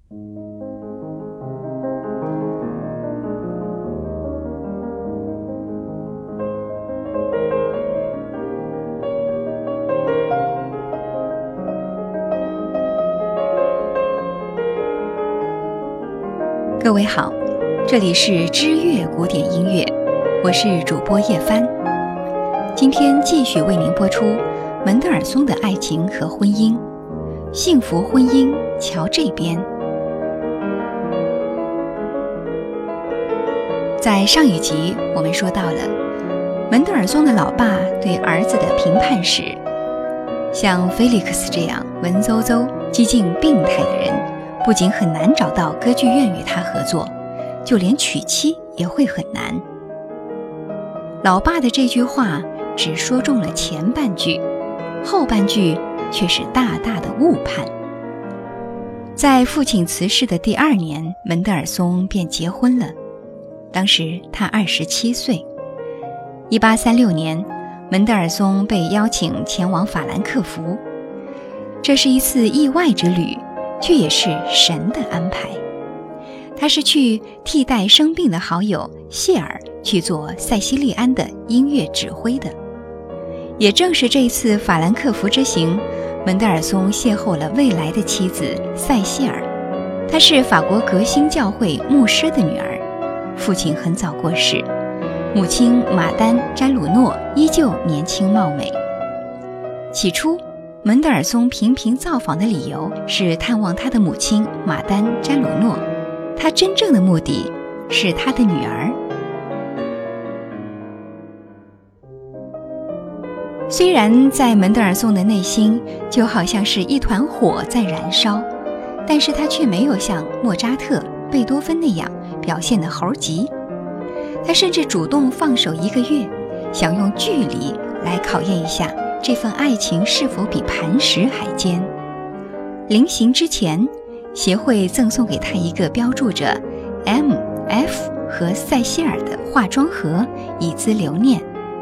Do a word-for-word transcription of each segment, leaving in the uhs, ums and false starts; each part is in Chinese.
各位好，这里是知乐古典音乐，我是主播叶帆。今天继续为您播出门德尔松的爱情和婚姻，幸福婚姻，瞧这边。在上一集我们说到了门德尔松的老爸对儿子的评判时，像菲利克斯这样文绉绉、几近病态的人，不仅很难找到歌剧院与他合作，就连娶妻也会很难。老爸的这句话只说中了前半句，后半句却是大大的误判。在父亲辞世的第二年，门德尔松便结婚了，当时他二十七岁。一八三六年，门德尔松被邀请前往法兰克福，这是一次意外之旅，却也是神的安排。他是去替代生病的好友谢尔去做塞西利安的音乐指挥的。也正是这次法兰克福之行，门德尔松邂逅了未来的妻子塞西尔，她是法国革新教会牧师的女儿，父亲很早过世，母亲马丹·詹鲁诺依旧年轻貌美。起初门德尔松频频造访的理由是探望他的母亲马丹·詹鲁诺，他真正的目的是他的女儿。虽然在门德尔松的内心就好像是一团火在燃烧，但是他却没有像莫扎特、贝多芬那样表现得猴急。他甚至主动放手一个月，想用距离来考验一下这份爱情是否比磐石还坚。临行之前，协会赠送给他一个标注着 M、F 和塞西尔的化妆盒，以资留念。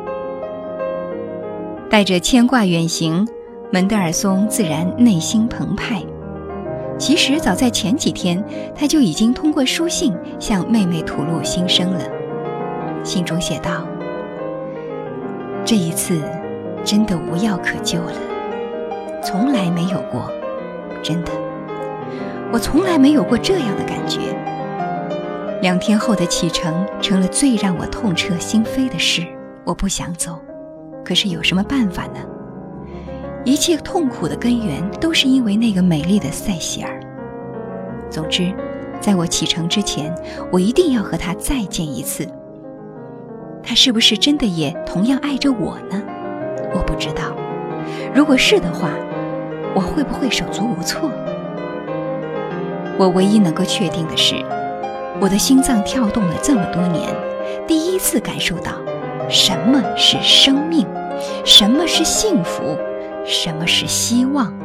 带着牵挂远行，门德尔松自然内心澎湃。其实早在前几天，他就已经通过书信向妹妹吐露心声了。信中写道：这一次真的无药可救了，从来没有过，真的，我从来没有过这样的感觉。两天后的启程成了最让我痛彻心扉的事，我不想走，可是有什么办法呢？一切痛苦的根源都是因为那个美丽的塞西尔。总之，在我启程之前，我一定要和她再见一次。她是不是真的也同样爱着我呢？我不知道。如果是的话，我会不会手足无措？我唯一能够确定的是，我的心脏跳动了这么多年，第一次感受到什么是生命，什么是幸福，什么是希望。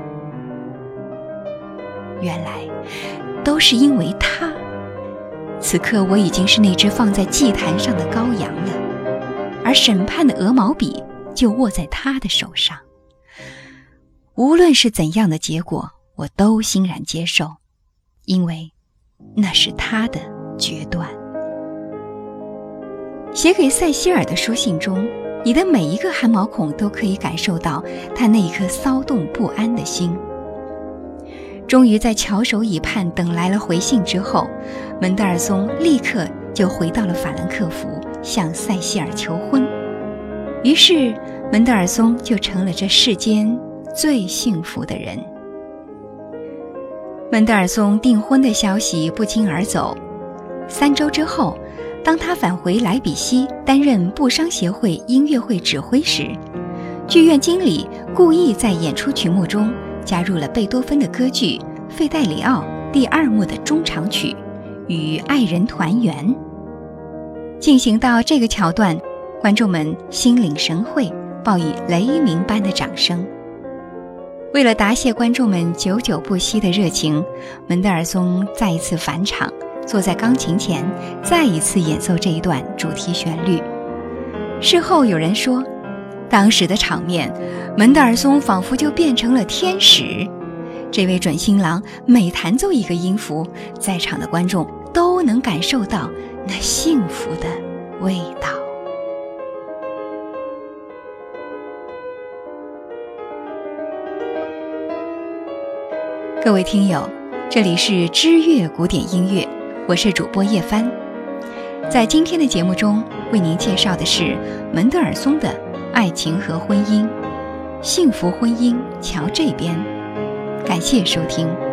原来都是因为他。此刻我已经是那只放在祭坛上的羔羊了，而审判的鹅毛笔就握在他的手上。无论是怎样的结果，我都欣然接受，因为那是他的决断。写给塞西尔的书信中，你的每一个汗毛孔都可以感受到他那一颗骚动不安的心。终于在翘首以盼等来了回信之后，门德尔松立刻就回到了法兰克福，向塞西尔求婚。于是门德尔松就成了这世间最幸福的人。门德尔松订婚的消息不胫而走，三周之后，当他返回莱比锡担任布商协会音乐会指挥时，剧院经理故意在演出曲目中加入了贝多芬的歌剧《费代里奥》第二幕的中场曲与爱人团圆。进行到这个桥段，观众们心领神会，报以雷鸣般的掌声。为了答谢观众们久久不息的热情，门德尔松再一次返场，坐在钢琴前，再一次演奏这一段主题旋律。事后有人说，当时的场面，门德尔松仿佛就变成了天使。 这位准新郎每弹奏一个音符，在场的观众都能感受到那幸福的味道。各位听友，这里是知乐古典音乐，我是主播叶帆。在今天的节目中，为您介绍的是门德尔松的《爱情和婚姻》，幸福婚姻，瞧这边。感谢收听。